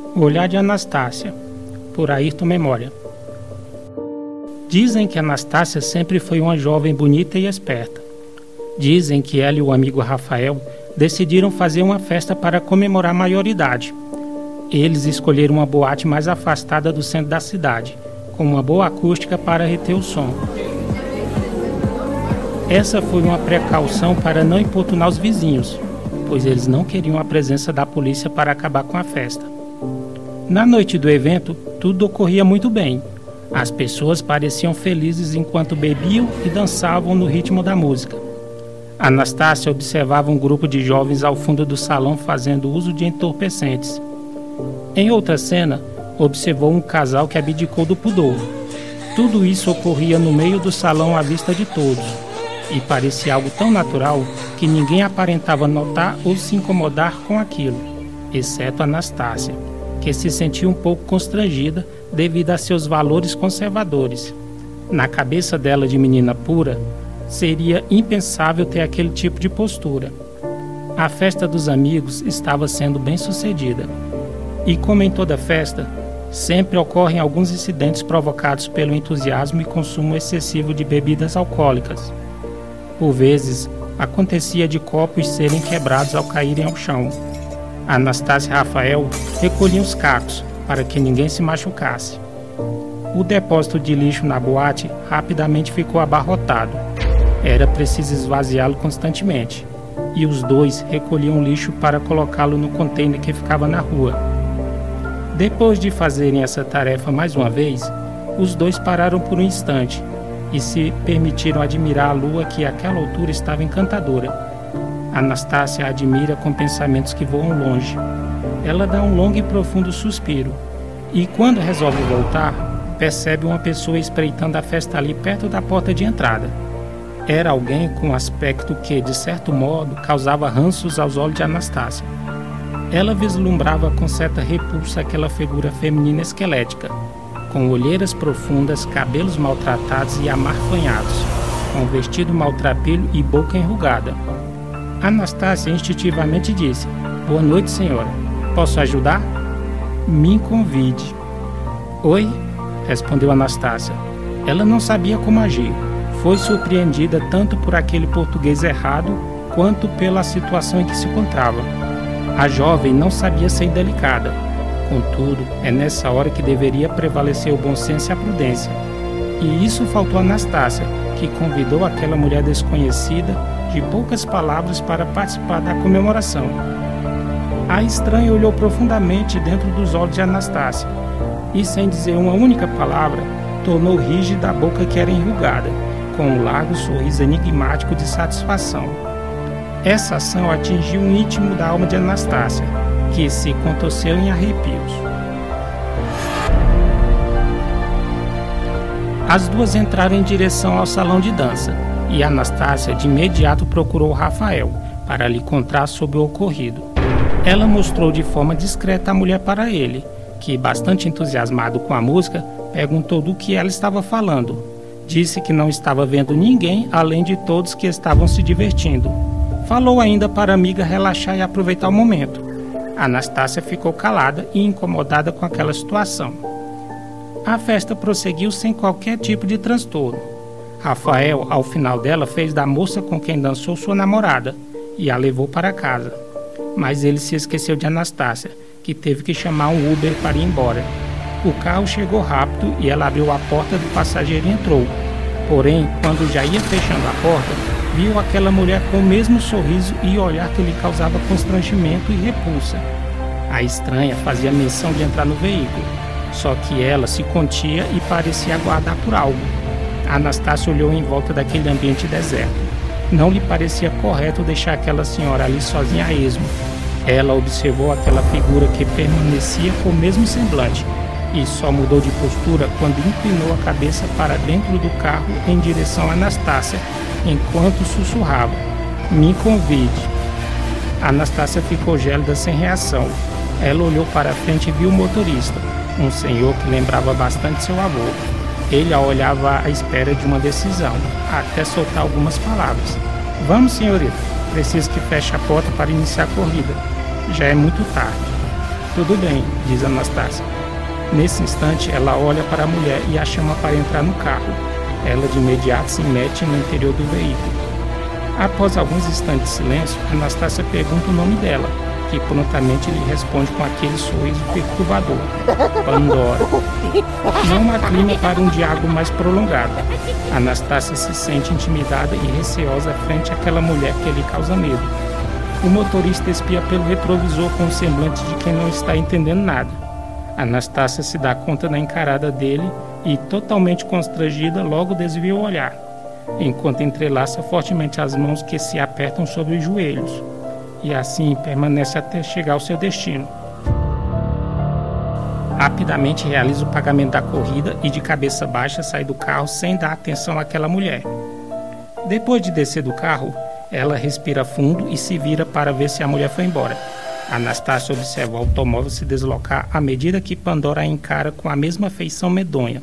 O Olhar de Anastácia, por Ayrton Memória. Dizem que Anastácia sempre foi uma jovem bonita e esperta. Dizem que ela e o amigo Rafael decidiram fazer uma festa para comemorar a maioridade. Eles escolheram uma boate mais afastada do centro da cidade, com uma boa acústica para reter o som. Essa foi uma precaução para não importunar os vizinhos, pois eles não queriam a presença da polícia para acabar com a festa. Na noite do evento, tudo ocorria muito bem. As pessoas pareciam felizes enquanto bebiam e dançavam no ritmo da música. Anastácia observava um grupo de jovens ao fundo do salão fazendo uso de entorpecentes. Em outra cena, observou um casal que abdicou do pudor. Tudo isso ocorria no meio do salão à vista de todos, e parecia algo tão natural que ninguém aparentava notar ou se incomodar com aquilo, exceto Anastácia, que se sentia um pouco constrangida devido a seus valores conservadores. Na cabeça dela de menina pura, seria impensável ter aquele tipo de postura. A festa dos amigos estava sendo bem sucedida. E como em toda festa, sempre ocorrem alguns incidentes provocados pelo entusiasmo e consumo excessivo de bebidas alcoólicas. Por vezes, acontecia de copos serem quebrados ao caírem ao chão. Anastácia e Rafael recolhiam os cacos para que ninguém se machucasse. O depósito de lixo na boate rapidamente ficou abarrotado. Era preciso esvaziá-lo constantemente, e os dois recolhiam o lixo para colocá-lo no container que ficava na rua. Depois de fazerem essa tarefa mais uma vez, os dois pararam por um instante e se permitiram admirar a lua que àquela altura estava encantadora. Anastácia a admira com pensamentos que voam longe. Ela dá um longo e profundo suspiro, e quando resolve voltar, percebe uma pessoa espreitando a festa ali perto da porta de entrada. Era alguém com um aspecto que, de certo modo, causava ranços aos olhos de Anastácia. Ela vislumbrava com certa repulsa aquela figura feminina esquelética, com olheiras profundas, cabelos maltratados e amarfanhados, com vestido maltrapilho e boca enrugada. Anastácia instintivamente disse: "Boa noite, senhora. Posso ajudar?" "Me convide." "Oi?" respondeu Anastácia. Ela não sabia como agir. Foi surpreendida tanto por aquele português errado, quanto pela situação em que se encontrava. A jovem não sabia ser delicada. Contudo, é nessa hora que deveria prevalecer o bom senso e a prudência. E isso faltou a Anastácia, que convidou aquela mulher desconhecida, de poucas palavras, para participar da comemoração. A estranha olhou profundamente dentro dos olhos de Anastácia, e sem dizer uma única palavra, tornou rígida a boca que era enrugada, com um largo sorriso enigmático de satisfação. Essa ação atingiu o íntimo da alma de Anastácia, que se contorceu em arrepios. As duas entraram em direção ao salão de dança, e Anastácia de imediato procurou Rafael, para lhe contar sobre o ocorrido. Ela mostrou de forma discreta a mulher para ele, que, bastante entusiasmado com a música, perguntou do que ela estava falando. Disse que não estava vendo ninguém além de todos que estavam se divertindo. Falou ainda para a amiga relaxar e aproveitar o momento. Anastácia ficou calada e incomodada com aquela situação. A festa prosseguiu sem qualquer tipo de transtorno. Rafael, ao final dela, fez da moça com quem dançou sua namorada e a levou para casa. Mas ele se esqueceu de Anastácia, que teve que chamar um Uber para ir embora. O carro chegou rápido e ela abriu a porta do passageiro e entrou. Porém, quando já ia fechando a porta, viu aquela mulher com o mesmo sorriso e olhar que lhe causava constrangimento e repulsa. A estranha fazia menção de entrar no veículo, só que ela se contia e parecia aguardar por algo. A Anastácia olhou em volta daquele ambiente deserto. Não lhe parecia correto deixar aquela senhora ali sozinha a esmo. Ela observou aquela figura que permanecia com o mesmo semblante e só mudou de postura quando inclinou a cabeça para dentro do carro em direção a Anastácia, enquanto sussurrava: "Me convide." Anastácia ficou gélida sem reação. Ela olhou para a frente e viu o motorista, um senhor que lembrava bastante seu avô. Ele a olhava à espera de uma decisão, até soltar algumas palavras. "Vamos, senhorita. Preciso que feche a porta para iniciar a corrida. Já é muito tarde." tudo bem, diz Anastácia. Nesse instante, ela olha para a mulher e a chama para entrar no carro. Ela de imediato se mete no interior do veículo. Após alguns instantes de silêncio, Anastácia pergunta o nome dela, que prontamente lhe responde com aquele sorriso perturbador: Pandora. Não há clima para um diálogo mais prolongado. Anastácia se sente intimidada e receosa frente àquela mulher que lhe causa medo. O motorista espia pelo retrovisor com o semblante de quem não está entendendo nada. Anastácia se dá conta da encarada dele e, totalmente constrangida, logo desvia o olhar, enquanto entrelaça fortemente as mãos que se apertam sobre os joelhos, e assim permanece até chegar ao seu destino. Rapidamente realiza o pagamento da corrida e de cabeça baixa sai do carro sem dar atenção àquela mulher. Depois de descer do carro, ela respira fundo e se vira para ver se a mulher foi embora. Anastácia observa o automóvel se deslocar à medida que Pandora a encara com a mesma feição medonha.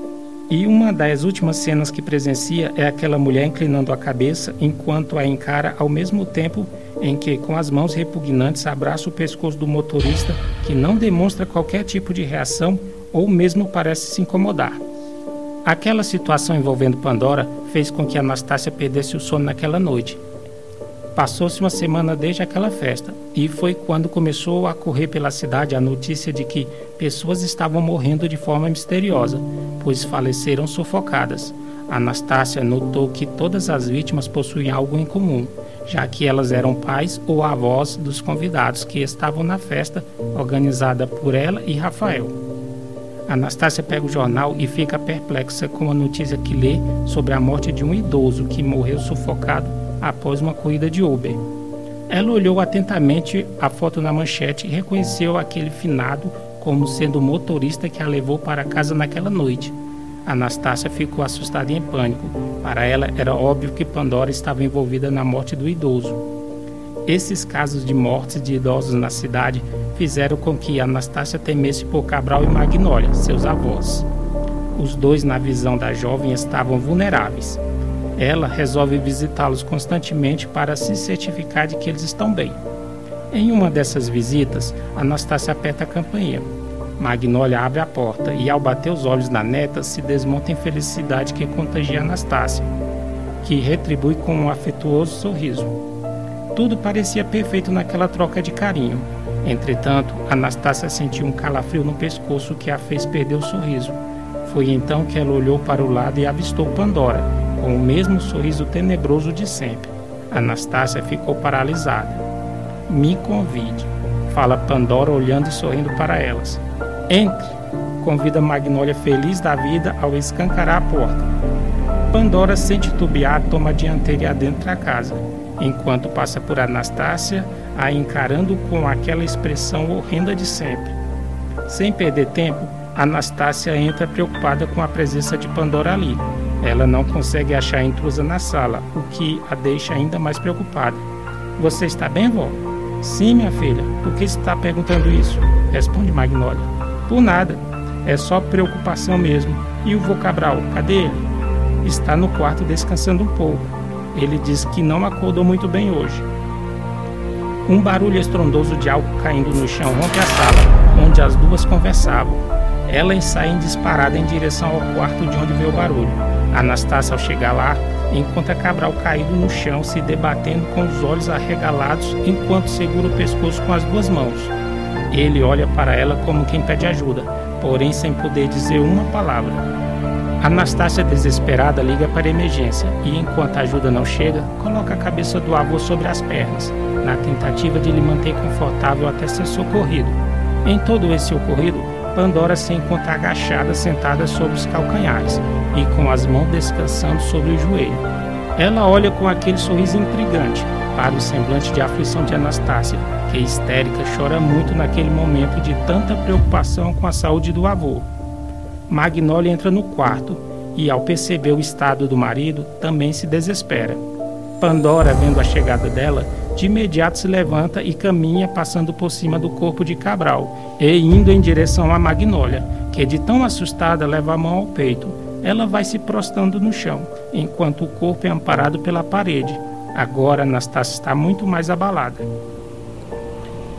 E uma das últimas cenas que presencia é aquela mulher inclinando a cabeça enquanto a encara, ao mesmo tempo em que, com as mãos repugnantes, abraça o pescoço do motorista, que não demonstra qualquer tipo de reação ou mesmo parece se incomodar. Aquela situação envolvendo Pandora fez com que Anastácia perdesse o sono naquela noite. Passou-se uma semana desde aquela festa, e foi quando começou a correr pela cidade a notícia de que pessoas estavam morrendo de forma misteriosa, pois faleceram sufocadas. Anastácia notou que todas as vítimas possuíam algo em comum, já que elas eram pais ou avós dos convidados que estavam na festa organizada por ela e Rafael. Anastácia pega o jornal e fica perplexa com a notícia que lê sobre a morte de um idoso que morreu sufocado após uma corrida de Uber. Ela olhou atentamente a foto na manchete e reconheceu aquele finado como sendo o motorista que a levou para casa naquela noite. Anastácia ficou assustada e em pânico. Para ela era óbvio que Pandora estava envolvida na morte do idoso. Esses casos de mortes de idosos na cidade fizeram com que Anastácia temesse por Cabral e Magnólia, seus avós. Os dois, na visão da jovem, estavam vulneráveis. Ela resolve visitá-los constantemente para se certificar de que eles estão bem. Em uma dessas visitas, Anastácia aperta a campainha. Magnólia abre a porta e, ao bater os olhos na neta, se desmonta em felicidade que contagia Anastácia, que retribui com um afetuoso sorriso. Tudo parecia perfeito naquela troca de carinho. Entretanto, Anastácia sentiu um calafrio no pescoço que a fez perder o sorriso. Foi então que ela olhou para o lado e avistou Pandora, com o mesmo sorriso tenebroso de sempre. Anastácia ficou paralisada. Me convide, fala Pandora olhando e sorrindo para elas. Entre, convida Magnólia feliz da vida ao escancarar a porta. Pandora, sem titubear, toma a dianteira e adentra a casa, enquanto passa por Anastácia, a encarando com aquela expressão horrenda de sempre. Sem perder tempo, Anastácia entra preocupada com a presença de Pandora ali. Ela não consegue achar a intrusa na sala, o que a deixa ainda mais preocupada. Você está bem, vó? Sim, minha filha. Por que você está perguntando isso? Responde Magnólia. Por nada. É só preocupação mesmo. E o vô Cabral, cadê ele? Está no quarto descansando um pouco. Ele diz que não acordou muito bem hoje. Um barulho estrondoso de algo caindo no chão rompe a sala, onde as duas conversavam. Elas saem disparada em direção ao quarto de onde veio o barulho. Anastácia, ao chegar lá, encontra Cabral caído no chão, se debatendo com os olhos arregalados enquanto segura o pescoço com as duas mãos. Ele olha para ela como quem pede ajuda, porém sem poder dizer uma palavra. Anastácia, desesperada, liga para a emergência e, enquanto a ajuda não chega, coloca a cabeça do avô sobre as pernas, na tentativa de lhe manter confortável até ser socorrido. Em todo esse ocorrido, Pandora se encontra agachada, sentada sobre os calcanhares e com as mãos descansando sobre o joelho. Ela olha com aquele sorriso intrigante para o semblante de aflição de Anastácia, que, histérica, chora muito naquele momento de tanta preocupação com a saúde do avô. Magnólia entra no quarto e, ao perceber o estado do marido, também se desespera. Pandora, vendo a chegada dela, de imediato se levanta e caminha passando por cima do corpo de Cabral e indo em direção a Magnólia, que, de tão assustada, leva a mão ao peito. Ela vai se prostrando no chão, enquanto o corpo é amparado pela parede. Agora Anastácia está muito mais abalada.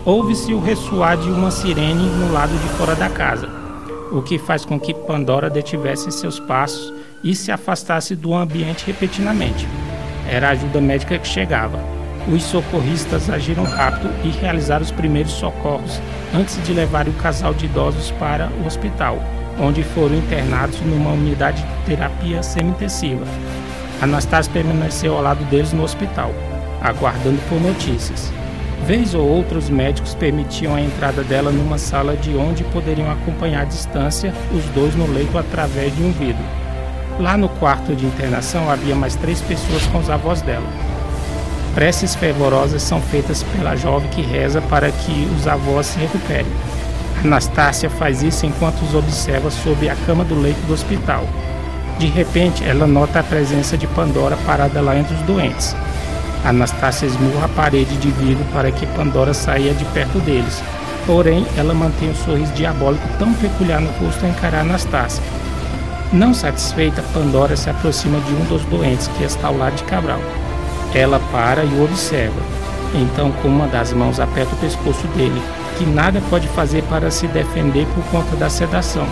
Ouve-se o ressoar de uma sirene no lado de fora da casa, o que faz com que Pandora detivesse seus passos e se afastasse do ambiente repentinamente. Era a ajuda médica que chegava. Os socorristas agiram rápido e realizaram os primeiros socorros antes de levarem o casal de idosos para o hospital, onde foram internados numa unidade de terapia semi-intensiva. Anastácia permaneceu ao lado deles no hospital, aguardando por notícias. Vez ou outra, os médicos permitiam a entrada dela numa sala de onde poderiam acompanhar à distância os dois no leito através de um vidro. Lá no quarto de internação havia mais 3 pessoas com os avós dela. Preces fervorosas são feitas pela jovem que reza para que os avós se recuperem. Anastácia faz isso enquanto os observa sob a cama do leito do hospital. De repente, ela nota a presença de Pandora parada lá entre os doentes. Anastácia esmurra a parede de vidro para que Pandora saia de perto deles. Porém, ela mantém um sorriso diabólico tão peculiar no rosto a encarar Anastácia. Não satisfeita, Pandora se aproxima de um dos doentes que está ao lado de Cabral. Ela para e o observa. Então, com uma das mãos, aperta o pescoço dele, que nada pode fazer para se defender por conta da sedação.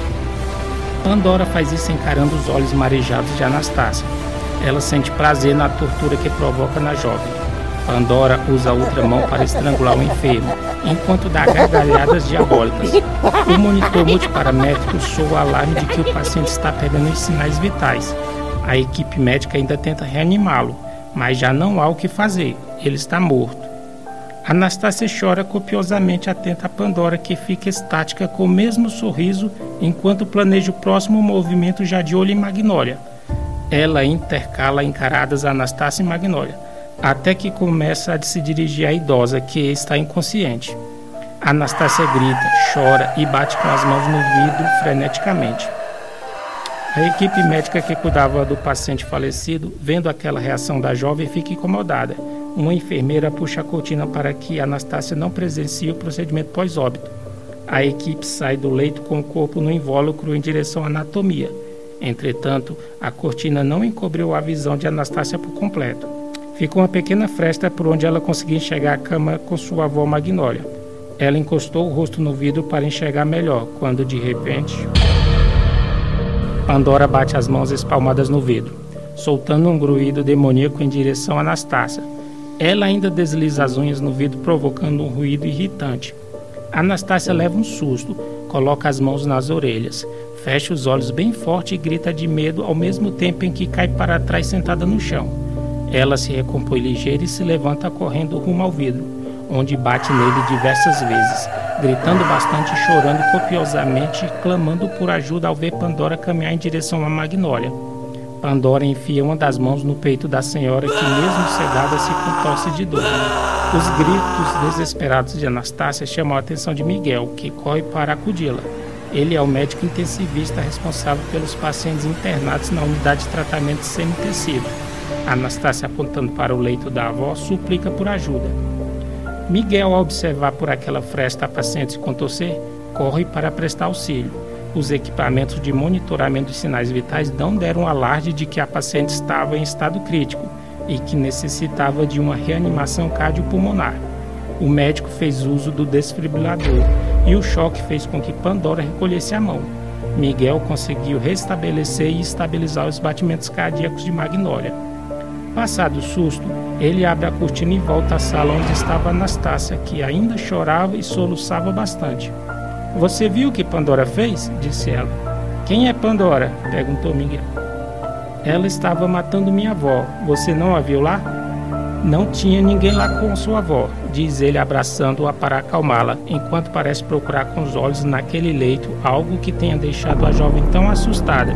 Pandora faz isso encarando os olhos marejados de Anastácia. Ela sente prazer na tortura que provoca na jovem. Pandora usa a outra mão para estrangular o enfermo, enquanto dá gargalhadas diabólicas. O monitor multiparamétrico soa o alarme de que o paciente está perdendo os sinais vitais. A equipe médica ainda tenta reanimá-lo, mas já não há o que fazer, ele está morto. Anastácia chora copiosamente atenta a Pandora, que fica estática com o mesmo sorriso enquanto planeja o próximo movimento já de olho em Magnólia. Ela intercala encaradas a Anastácia e Magnólia, até que começa a se dirigir à idosa, que está inconsciente. Anastácia grita, chora e bate com as mãos no vidro freneticamente. A equipe médica que cuidava do paciente falecido, vendo aquela reação da jovem, fica incomodada. Uma enfermeira puxa a cortina para que Anastácia não presencie o procedimento pós-óbito. A equipe sai do leito com o corpo no invólucro em direção à anatomia. Entretanto, a cortina não encobriu a visão de Anastácia por completo. Ficou uma pequena fresta por onde ela conseguia enxergar a cama com sua avó Magnólia. Ela encostou o rosto no vidro para enxergar melhor, quando de repente Pandora bate as mãos espalmadas no vidro, soltando um grunhido demoníaco em direção a Anastácia. Ela ainda desliza as unhas no vidro, provocando um ruído irritante. Anastácia leva um susto, coloca as mãos nas orelhas, fecha os olhos bem forte e grita de medo ao mesmo tempo em que cai para trás sentada no chão. Ela se recompõe ligeira e se levanta correndo rumo ao vidro, onde bate nele diversas vezes, gritando bastante, chorando copiosamente, clamando por ajuda ao ver Pandora caminhar em direção a Magnólia. Pandora enfia uma das mãos no peito da senhora, que mesmo sedada se contorce de dor. Os gritos desesperados de Anastácia chamam a atenção de Miguel, que corre para acudi-la. Ele é o médico intensivista responsável pelos pacientes internados na unidade de tratamento semi-intensivo. Anastácia, apontando para o leito da avó, suplica por ajuda. Miguel, ao observar por aquela fresta a paciente se contorcer, corre para prestar auxílio. Os equipamentos de monitoramento dos sinais vitais não deram alarde de que a paciente estava em estado crítico e que necessitava de uma reanimação cardiopulmonar. O médico fez uso do desfibrilador e o choque fez com que Pandora recolhesse a mão. Miguel conseguiu restabelecer e estabilizar os batimentos cardíacos de Magnólia. Passado o susto, ele abre a cortina e volta à sala onde estava Anastácia, que ainda chorava e soluçava bastante. "Você viu o que Pandora fez?" disse ela. "Quem é Pandora?" perguntou Miguel. "Ela estava matando minha avó. Você não a viu lá?" "Não tinha ninguém lá com sua avó", diz ele, abraçando-a para acalmá-la, enquanto parece procurar com os olhos naquele leito algo que tenha deixado a jovem tão assustada.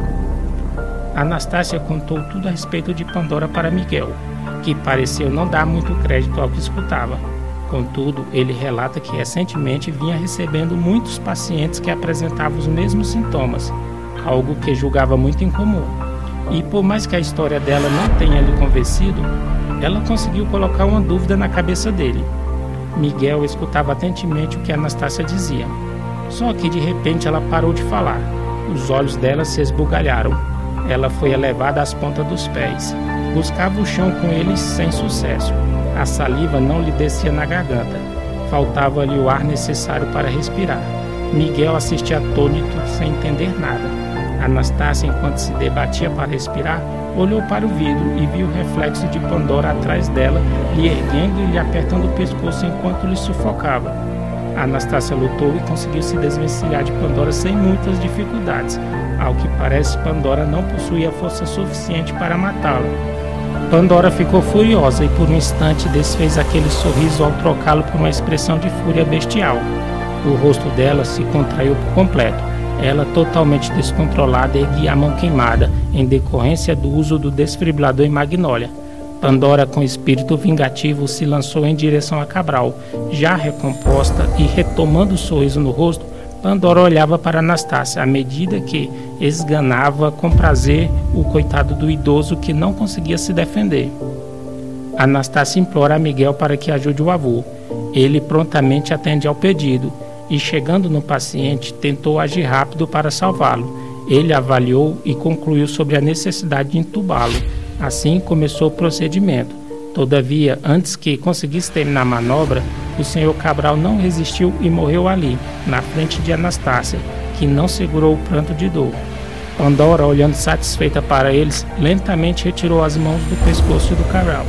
Anastácia contou tudo a respeito de Pandora para Miguel, que pareceu não dar muito crédito ao que escutava. Contudo, ele relata que recentemente vinha recebendo muitos pacientes que apresentavam os mesmos sintomas, algo que julgava muito incomum. E por mais que a história dela não tenha lhe convencido, ela conseguiu colocar uma dúvida na cabeça dele. Miguel escutava atentamente o que Anastácia dizia. Só que de repente ela parou de falar. Os olhos dela se esbugalharam. Ela foi elevada às pontas dos pés. Buscava o chão com eles sem sucesso. A saliva não lhe descia na garganta. faltava-lhe o ar necessário para respirar. Miguel assistia atônito, sem entender nada. Anastácia, enquanto se debatia para respirar, olhou para o vidro e viu o reflexo de Pandora atrás dela, lhe erguendo e lhe apertando o pescoço enquanto lhe sufocava. Anastácia lutou e conseguiu se desvencilhar de Pandora sem muitas dificuldades. Ao que parece, Pandora não possuía força suficiente para matá-la. Pandora ficou furiosa e por um instante desfez aquele sorriso ao trocá-lo por uma expressão de fúria bestial. O rosto dela se contraiu por completo. Ela, totalmente descontrolada, erguia a mão queimada, em decorrência do uso do desfibrilador em Magnólia. Pandora, com espírito vingativo, se lançou em direção a Cabral. Já recomposta e retomando o sorriso no rosto, Pandora olhava para Anastácia, à medida que esganava com prazer o coitado do idoso que não conseguia se defender. Anastácia implora a Miguel para que ajude o avô. Ele prontamente atende ao pedido e, chegando no paciente, tentou agir rápido para salvá-lo. Ele avaliou e concluiu sobre a necessidade de entubá-lo. Assim começou o procedimento. Todavia, antes que conseguisse terminar a manobra, o senhor Cabral não resistiu e morreu ali, na frente de Anastácia, que não segurou o pranto de dor. Pandora, olhando satisfeita para eles, lentamente retirou as mãos do pescoço do Cabral.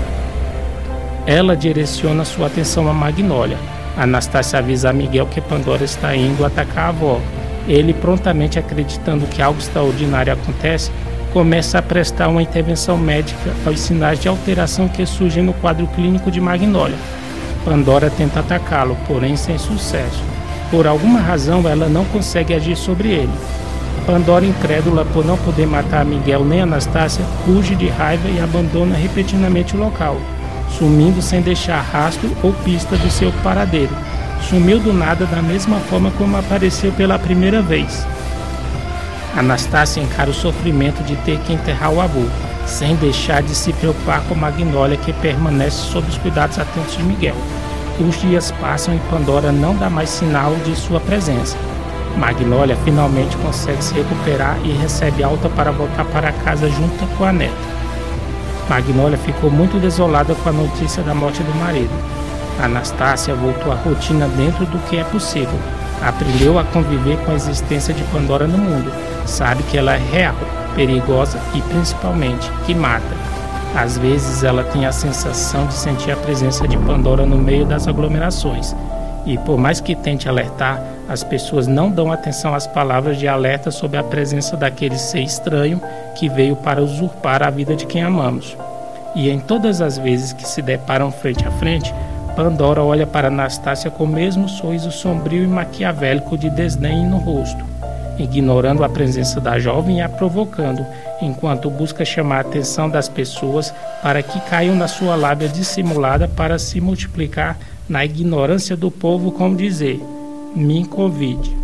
Ela direciona sua atenção a Magnólia. Anastácia avisa a Miguel que Pandora está indo atacar a avó. Ele, prontamente acreditando que algo extraordinário acontece, começa a prestar uma intervenção médica aos sinais de alteração que surgem no quadro clínico de Magnólia. Pandora tenta atacá-lo, porém sem sucesso. Por alguma razão, ela não consegue agir sobre ele. Pandora, incrédula por não poder matar Miguel nem Anastácia, ruge de raiva e abandona repentinamente o local, sumindo sem deixar rastro ou pista do seu paradeiro. Sumiu do nada da mesma forma como apareceu pela primeira vez. Anastácia encara o sofrimento de ter que enterrar o avô, sem deixar de se preocupar com Magnólia, que permanece sob os cuidados atentos de Miguel. Os dias passam e Pandora não dá mais sinal de sua presença. Magnólia finalmente consegue se recuperar e recebe alta para voltar para casa junto com a neta. Magnólia ficou muito desolada com a notícia da morte do marido. Anastácia voltou à rotina dentro do que é possível. Aprendeu a conviver com a existência de Pandora no mundo. Sabe que ela é real, perigosa e, principalmente, que mata. Às vezes ela tem a sensação de sentir a presença de Pandora no meio das aglomerações. E por mais que tente alertar, as pessoas não dão atenção às palavras de alerta sobre a presença daquele ser estranho que veio para usurpar a vida de quem amamos. E em todas as vezes que se deparam frente a frente, Pandora olha para Anastácia com o mesmo sorriso sombrio e maquiavélico de desdém no rosto, ignorando a presença da jovem e a provocando, enquanto busca chamar a atenção das pessoas para que caiam na sua lábia dissimulada para se multiplicar na ignorância do povo, como dizer: me convide.